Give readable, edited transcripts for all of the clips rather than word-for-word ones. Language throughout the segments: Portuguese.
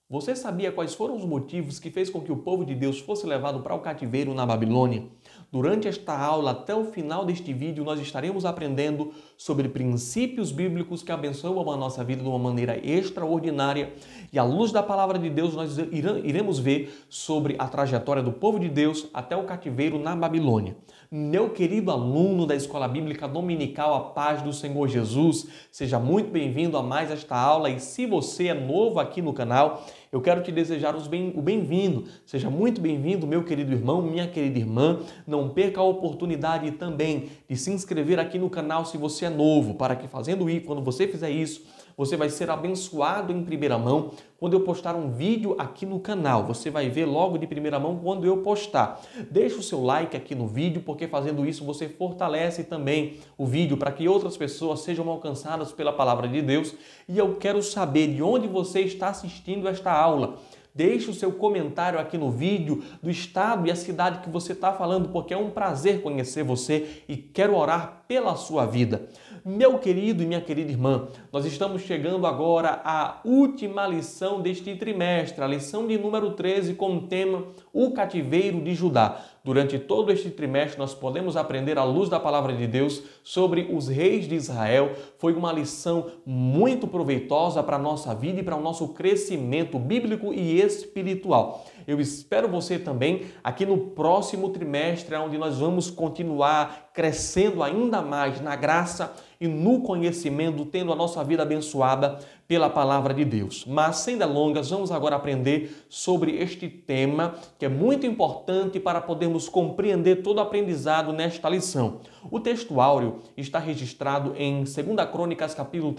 Você sabia quais foram os motivos que fez com que o povo de Deus fosse levado para o cativeiro na Babilônia? Durante esta aula, até o final deste vídeo, nós estaremos aprendendo sobre princípios bíblicos que abençoam a nossa vida de uma maneira extraordinária. E à luz da palavra de Deus, nós iremos ver sobre a trajetória do povo de Deus até o cativeiro na Babilônia. Meu querido aluno da Escola Bíblica Dominical, a paz do Senhor Jesus, seja muito bem-vindo a mais esta aula. E se você é novo aqui no canal, eu quero te desejar o bem-vindo. Seja muito bem-vindo, meu querido irmão, minha querida irmã. Não perca a oportunidade também de se inscrever aqui no canal se você é novo, para que fazendo isso, quando você fizer isso, você vai ser abençoado em primeira mão quando eu postar um vídeo aqui no canal. Você vai ver logo de primeira mão quando eu postar. Deixa o seu like aqui no vídeo, porque fazendo isso você fortalece também o vídeo para que outras pessoas sejam alcançadas pela palavra de Deus. E eu quero saber de onde você está assistindo esta aula. Deixe o seu comentário aqui no vídeo do estado e a cidade que você está falando, porque é um prazer conhecer você e quero orar pela sua vida. Meu querido e minha querida irmã, nós estamos chegando agora à última lição deste trimestre, a lição de número 13, com o tema O Cativeiro de Judá. Durante todo este trimestre, nós podemos aprender à luz da palavra de Deus sobre os reis de Israel. Foi uma lição muito proveitosa para a nossa vida e para o nosso crescimento bíblico e espiritual. Eu espero você também aqui no próximo trimestre, onde nós vamos continuar crescendo ainda mais na graça e no conhecimento, tendo a nossa vida abençoada pela palavra de Deus. Mas, sem delongas, vamos agora aprender sobre este tema que é muito importante para podermos compreender todo o aprendizado nesta lição. O texto áureo está registrado em 2 Crônicas, capítulo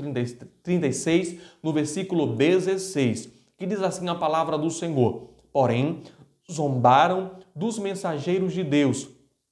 36, no versículo 16, que diz assim a palavra do Senhor: Porém, zombaram dos mensageiros de Deus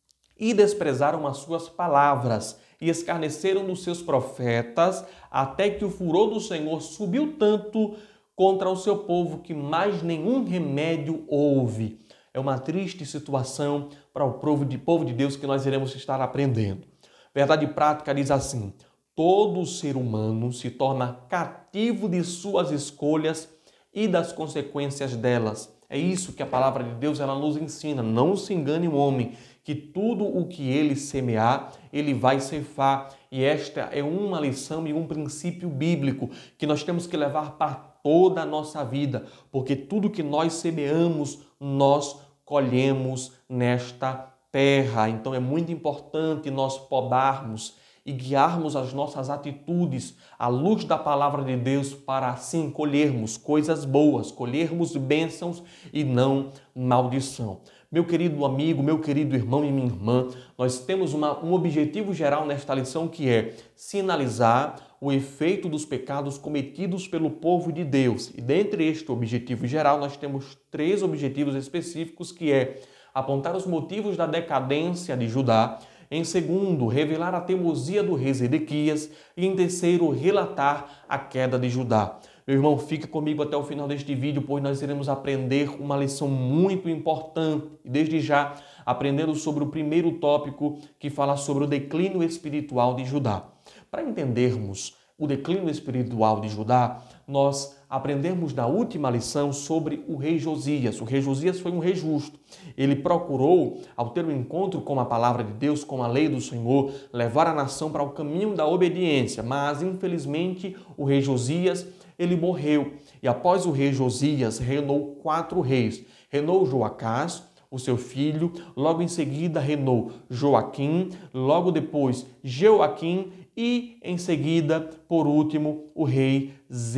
e desprezaram as suas palavras e escarneceram dos seus profetas, até que o furor do Senhor subiu tanto contra o seu povo que mais nenhum remédio houve. É uma triste situação para o povo de Deus que nós iremos estar aprendendo. Verdade prática diz assim: todo ser humano se torna cativo de suas escolhas e das consequências delas. É isso que a palavra de Deus ela nos ensina. Não se engane o homem, que tudo o que ele semear, ele vai ceifar. E esta é uma lição e um princípio bíblico que nós temos que levar para toda a nossa vida, porque tudo que nós semeamos, nós colhemos nesta terra. Então é muito importante nós podarmos e guiarmos as nossas atitudes à luz da palavra de Deus para assim colhermos coisas boas, colhermos bênçãos e não maldição. Meu querido amigo, meu querido irmão e minha irmã, nós temos um objetivo geral nesta lição que é sinalizar o efeito dos pecados cometidos pelo povo de Deus. E dentre este objetivo geral, nós temos 3 objetivos específicos que é apontar os motivos da decadência de Judá, em segundo, revelar a teimosia do rei Zedequias e em terceiro, relatar a queda de Judá. Meu irmão, fique comigo até o final deste vídeo, pois nós iremos aprender uma lição muito importante. E desde já, aprendendo sobre o primeiro tópico que fala sobre o declínio espiritual de Judá. Para entendermos o declínio espiritual de Judá, nós aprendemos na última lição sobre o rei Josias. O rei Josias foi um rei justo. Ele procurou, ao ter um encontro com a palavra de Deus, com a lei do Senhor, levar a nação para o caminho da obediência. Mas, infelizmente, o rei Josias, ele morreu. E após o rei Josias, reinou 4 reis. Reinou Joacás, o seu filho, logo em seguida reinou Joaquim, logo depois Jeoaquim e em seguida, por último, o rei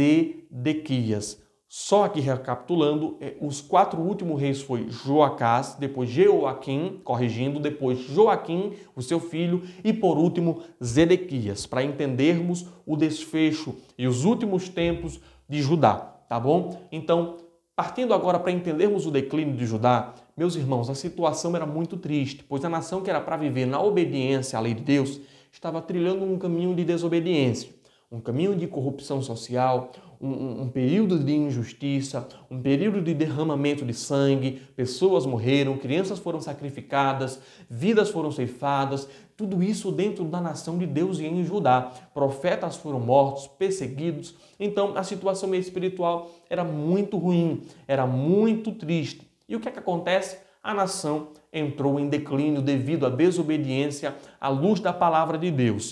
Zedequias. Só aqui recapitulando, os 4 últimos reis foi Joacás, depois Jeoaquim, corrigindo, depois Joaquim, o seu filho, e por último Zedequias, para entendermos o desfecho e os últimos tempos de Judá, tá bom? Então, partindo agora para entendermos o declínio de Judá, meus irmãos, a situação era muito triste, pois a nação que era para viver na obediência à lei de Deus estava trilhando um caminho de desobediência. um caminho de corrupção social, um período de injustiça, um período de derramamento de sangue, pessoas morreram, crianças foram sacrificadas, vidas foram ceifadas, tudo isso dentro da nação de Deus e em Judá. Profetas foram mortos, perseguidos. Então a situação espiritual era muito ruim, era muito triste. E o que é que acontece? A nação entrou em declínio devido à desobediência à luz da palavra de Deus.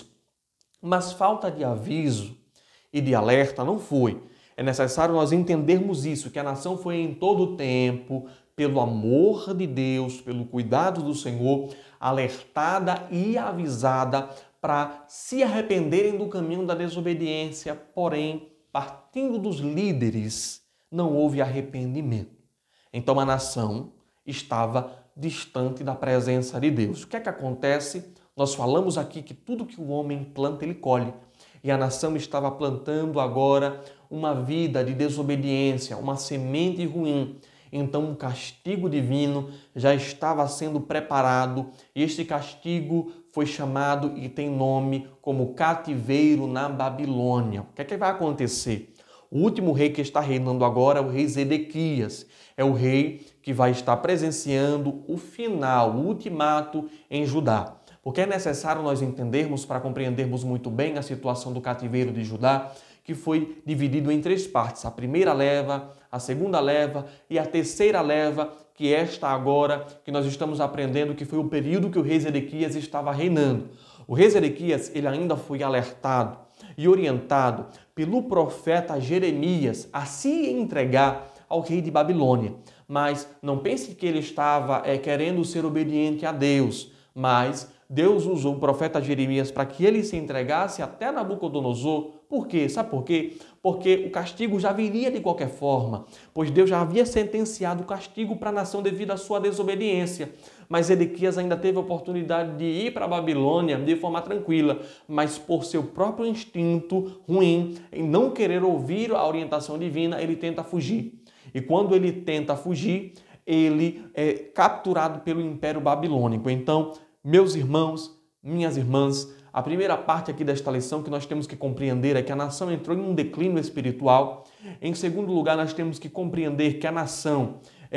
Mas falta de aviso e de alerta não foi. É necessário nós entendermos isso, que a nação foi em todo o tempo, pelo amor de Deus, pelo cuidado do Senhor, alertada e avisada para se arrependerem do caminho da desobediência. Porém, partindo dos líderes, não houve arrependimento. Então a nação estava distante da presença de Deus. O que é que acontece? Nós falamos aqui que tudo que o homem planta, ele colhe. E a nação estava plantando agora uma vida de desobediência, uma semente ruim. Então um castigo divino já estava sendo preparado. E este castigo foi chamado e tem nome como cativeiro na Babilônia. O que é que vai acontecer? O último rei que está reinando agora é o rei Zedequias. É o rei que vai estar presenciando o final, o ultimato em Judá. Porque é necessário nós entendermos, para compreendermos muito bem a situação do cativeiro de Judá, que foi dividido em 3 partes. A primeira leva, a segunda leva e a terceira leva, que esta agora, que nós estamos aprendendo, que foi o período que o rei Zedequias estava reinando. O rei Zedequias, ele ainda foi alertado e orientado pelo profeta Jeremias a se entregar ao rei de Babilônia. Mas não pense que ele estava querendo ser obediente a Deus, mas Deus usou o profeta Jeremias para que ele se entregasse até Nabucodonosor. Por quê? Sabe por quê? Porque o castigo já viria de qualquer forma, pois Deus já havia sentenciado o castigo para a nação devido à sua desobediência. Mas Zedequias ainda teve a oportunidade de ir para a Babilônia de forma tranquila, mas por seu próprio instinto ruim, em não querer ouvir a orientação divina, ele tenta fugir. E quando ele tenta fugir, ele é capturado pelo Império Babilônico. Então, meus irmãos, minhas irmãs, a primeira parte aqui desta lição que nós temos que compreender é que a nação entrou em um declínio espiritual. Em segundo lugar, nós temos que compreender que a nação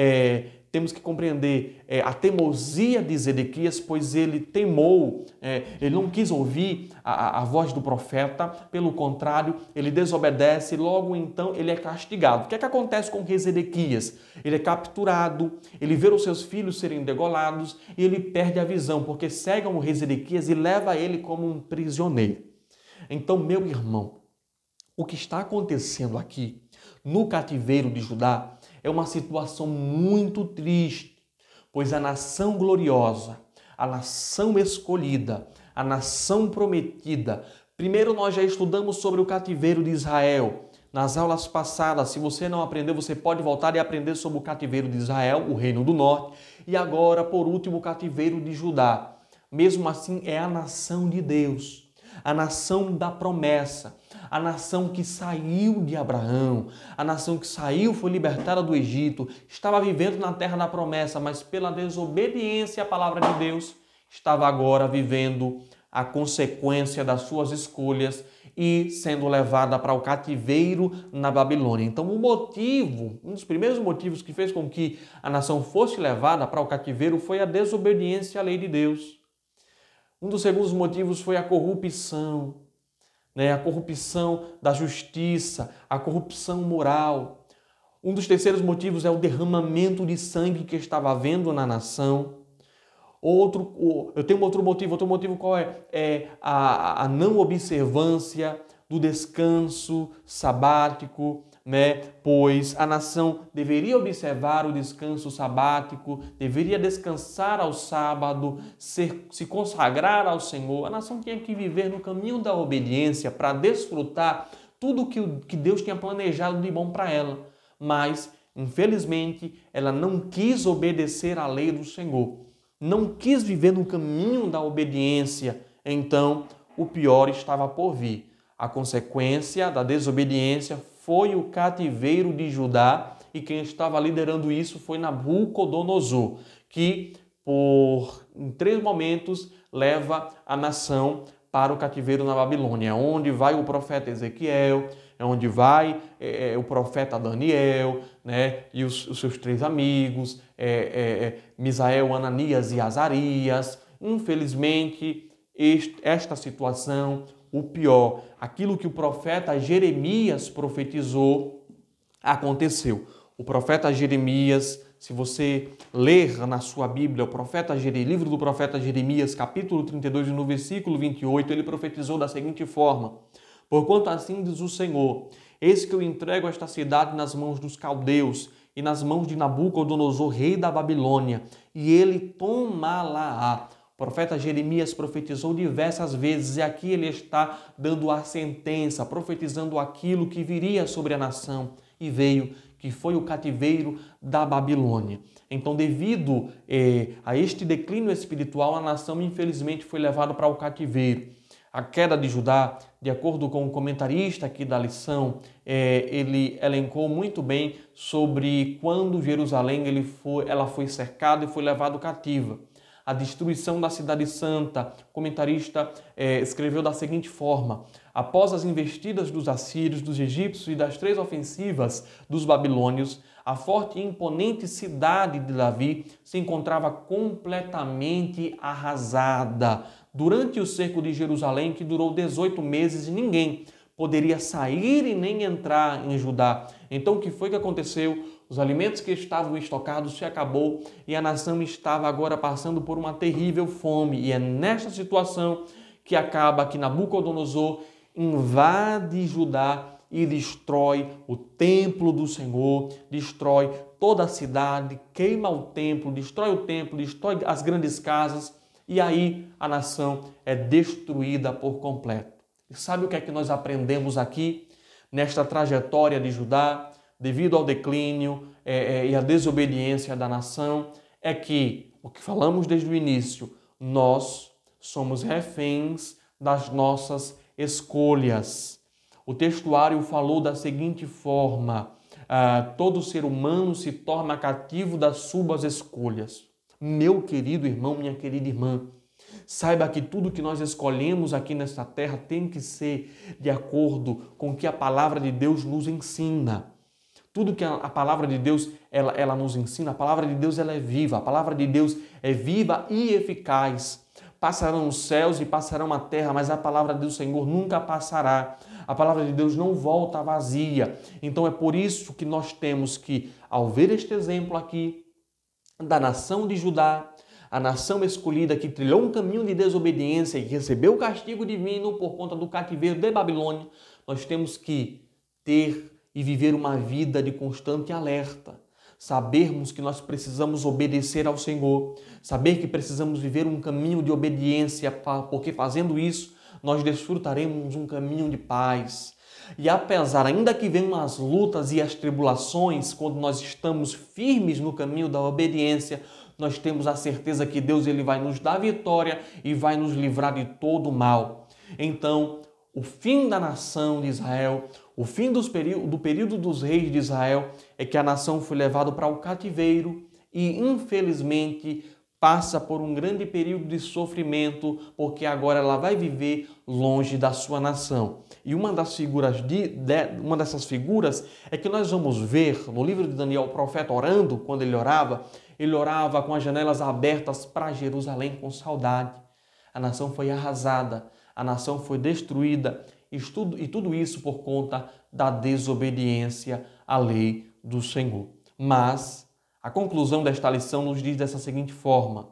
temos que compreender a teimosia de Zedequias, pois ele teimou, ele não quis ouvir a voz do profeta, pelo contrário, ele desobedece, logo então ele é castigado. O que é que acontece com o rei Zedequias? Ele é capturado, ele vê os seus filhos serem degolados e ele perde a visão, porque cegam o rei Zedequias e leva ele como um prisioneiro. Então, meu irmão, o que está acontecendo aqui no cativeiro de Judá é uma situação muito triste, pois a nação gloriosa, a nação escolhida, a nação prometida. Primeiro nós já estudamos sobre o cativeiro de Israel. Nas aulas passadas, se você não aprendeu, você pode voltar e aprender sobre o cativeiro de Israel, o reino do norte. E agora, por último, o cativeiro de Judá. Mesmo assim, é a nação de Deus, a nação da promessa, a nação que saiu de Abraão, a nação que saiu, foi libertada do Egito, estava vivendo na terra da promessa, mas pela desobediência à palavra de Deus, estava agora vivendo a consequência das suas escolhas e sendo levada para o cativeiro na Babilônia. Então, um dos primeiros motivos que fez com que a nação fosse levada para o cativeiro foi a desobediência à lei de Deus. Um dos segundos motivos foi a corrupção, a corrupção da justiça, a corrupção moral. Um dos terceiros motivos é o derramamento de sangue que estava havendo na nação. Eu tenho outro motivo qual é? É a não observância do descanso sabático, pois a nação deveria observar o descanso sabático, deveria descansar ao sábado, se consagrar ao Senhor. A nação tinha que viver no caminho da obediência para desfrutar tudo que Deus tinha planejado de bom para ela. Mas, infelizmente, ela não quis obedecer à lei do Senhor, não quis viver no caminho da obediência. Então, o pior estava por vir. A consequência da desobediência foi o cativeiro de Judá, e quem estava liderando isso foi Nabucodonosor, que em 3 momentos leva a nação para o cativeiro na Babilônia. É onde vai o profeta Ezequiel, é onde vai o profeta Daniel, né, e os seus 3 amigos, Misael, Ananias e Azarias. Infelizmente, esta situação, o pior, aquilo que o profeta Jeremias profetizou, aconteceu. O profeta Jeremias, se você ler na sua Bíblia, livro do profeta Jeremias, capítulo 32, no versículo 28, ele profetizou da seguinte forma: porquanto assim diz o Senhor, eis que eu entrego esta cidade nas mãos dos caldeus e nas mãos de Nabucodonosor, rei da Babilônia, e ele tomá-la-á. O profeta Jeremias profetizou diversas vezes e aqui ele está dando a sentença, profetizando aquilo que viria sobre a nação e veio, que foi o cativeiro da Babilônia. Então, devido a este declínio espiritual, a nação infelizmente foi levada para o cativeiro. A queda de Judá, de acordo com o comentarista aqui da lição, ele elencou muito bem sobre quando Jerusalém ela foi cercada e foi levada cativa. A destruição da cidade santa, o comentarista escreveu da seguinte forma: após as investidas dos assírios, dos egípcios e das 3 ofensivas dos babilônios, a forte e imponente cidade de Davi se encontrava completamente arrasada. Durante o cerco de Jerusalém, que durou 18 meses, ninguém poderia sair e nem entrar em Judá. Então, o que foi que aconteceu? Os alimentos que estavam estocados se acabou e a nação estava agora passando por uma terrível fome. E é nesta situação que acaba que Nabucodonosor invade Judá e destrói o templo do Senhor, destrói toda a cidade, queima o templo, destrói as grandes casas e aí a nação é destruída por completo. E sabe o que é que nós aprendemos aqui nesta trajetória de Judá? Devido ao declínio e à desobediência da nação, é que, o que falamos desde o início, nós somos reféns das nossas escolhas. O textuário falou da seguinte forma: todo ser humano se torna cativo das suas escolhas. Meu querido irmão, minha querida irmã, saiba que tudo que nós escolhemos aqui nesta terra tem que ser de acordo com o que a palavra de Deus nos ensina. Tudo que a palavra de Deus ela nos ensina, a palavra de Deus ela é viva, a palavra de Deus é viva e eficaz. Passarão os céus e passarão a terra, mas a palavra do Senhor nunca passará. A palavra de Deus não volta vazia. Então é por isso que nós temos que, ao ver este exemplo aqui da nação de Judá, a nação escolhida que trilhou um caminho de desobediência e recebeu o castigo divino por conta do cativeiro de Babilônia, nós temos que ter e viver uma vida de constante alerta. Sabermos que nós precisamos obedecer ao Senhor, saber que precisamos viver um caminho de obediência, porque fazendo isso, nós desfrutaremos um caminho de paz. E apesar, ainda que venham as lutas e as tribulações, quando nós estamos firmes no caminho da obediência, nós temos a certeza que Deus ele vai nos dar vitória e vai nos livrar de todo o mal. Então, o fim da nação de Israel, o fim do período dos reis de Israel, é que a nação foi levada para o cativeiro e, infelizmente, passa por um grande período de sofrimento, porque agora ela vai viver longe da sua nação. E uma dessas figuras é que nós vamos ver no livro de Daniel, o profeta orando, quando ele orava com as janelas abertas para Jerusalém com saudade. A nação foi arrasada, a nação foi destruída, e tudo isso por conta da desobediência à lei do Senhor. Mas a conclusão desta lição nos diz da seguinte forma: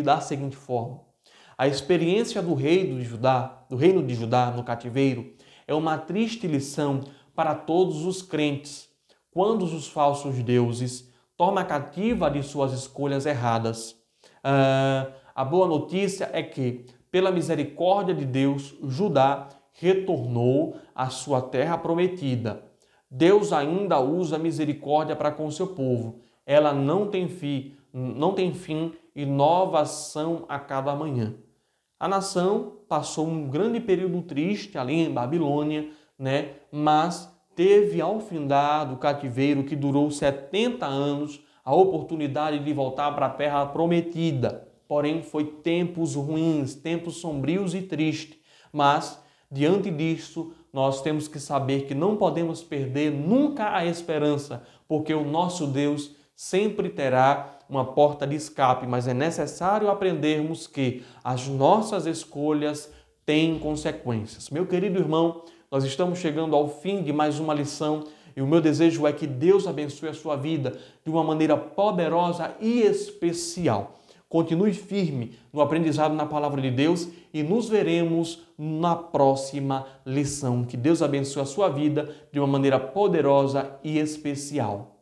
a experiência do reino de Judá no cativeiro é uma triste lição para todos os crentes, quando os falsos deuses tomam cativa de suas escolhas erradas. A boa notícia é que, pela misericórdia de Deus, Judá retornou à sua terra prometida. Deus ainda usa a misericórdia para com o seu povo. Ela não tem fim e novas são a cada manhã. A nação passou um grande período triste ali em Babilônia, né? Mas teve ao findar do cativeiro, que durou 70 anos, a oportunidade de voltar para a terra prometida. Porém, foi tempos ruins, tempos sombrios e tristes. Mas, diante disso, nós temos que saber que não podemos perder nunca a esperança, porque o nosso Deus sempre terá uma porta de escape, mas é necessário aprendermos que as nossas escolhas têm consequências. Meu querido irmão, nós estamos chegando ao fim de mais uma lição e o meu desejo é que Deus abençoe a sua vida de uma maneira poderosa e especial. Continue firme no aprendizado na palavra de Deus e nos veremos na próxima lição. Que Deus abençoe a sua vida de uma maneira poderosa e especial.